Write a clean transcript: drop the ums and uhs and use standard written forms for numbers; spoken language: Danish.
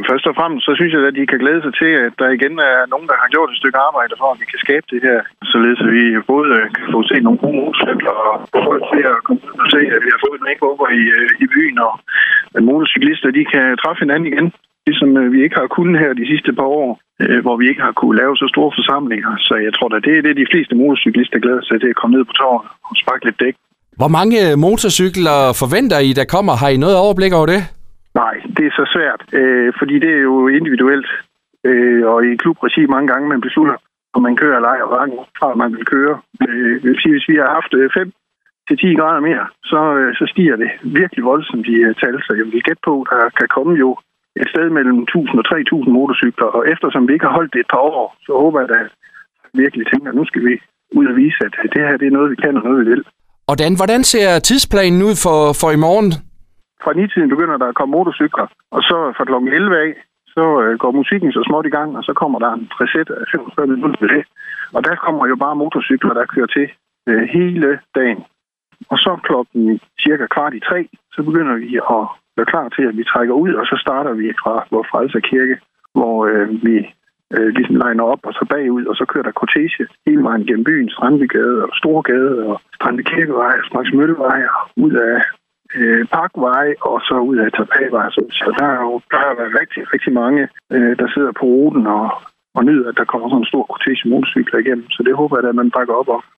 Først og fremmest, så synes jeg, at de kan glæde sig til, at der igen er nogen, der har gjort et stykke arbejde for, at vi kan skabe det her. Således at vi både kan få se nogle gode motorcykler og få folk til at komme ud og se, at vi har fået en makeover i byen, og at motorcyklister, de kan træffe hinanden igen. Ligesom vi ikke har kunnet her de sidste par år, hvor vi ikke har kunne lave så store forsamlinger. Så jeg tror da, det er det, de fleste motorcyklister glæder sig til at komme ned på torvet og sparke lidt dæk. Hvor mange motorcykler forventer I, der kommer? Har I noget overblik over det? Nej, det er så svært, fordi det er jo individuelt, og i klubregi mange gange, man beslutter, om man kører eller ej, og fra man vil køre. Vil sige, hvis vi har haft 5-10 grader mere, så stiger det virkelig voldsomt i tal, så jeg vil gætte på, der kan komme jo et sted mellem 1.000 og 3.000 motorcykler, og eftersom vi ikke har holdt det et par år, så håber jeg, at virkelig tænker, at nu skal vi ud og vise, at det her det er noget, vi kan og noget, vi vil. Og hvordan ser tidsplanen ud for i morgen? Fra 9-tiden begynder der at komme motorcykler, og så fra kl. 11 af, så går musikken så småt i gang, og så kommer der en preset af 45 minutter ved det. Og der kommer jo bare motorcykler, der kører til hele dagen. Og så klokken cirka 2:15, så begynder vi at være klar til, at vi trækker ud, og så starter vi fra vores Frelser Kirke, hvor vi ligesom liner op og så bagud, og så kører der kortege hele vejen gennem byen, Strandbygade og Storgade og Strandekirkevej og Smagsmøllevej og ud af Parkvej og så ud af Tapavej. Så der har været rigtig, rigtig mange, der sidder på ruten og nyder, at der kommer sådan en stor kortege motorcykler igennem. Så det håber jeg, at man bakker op om.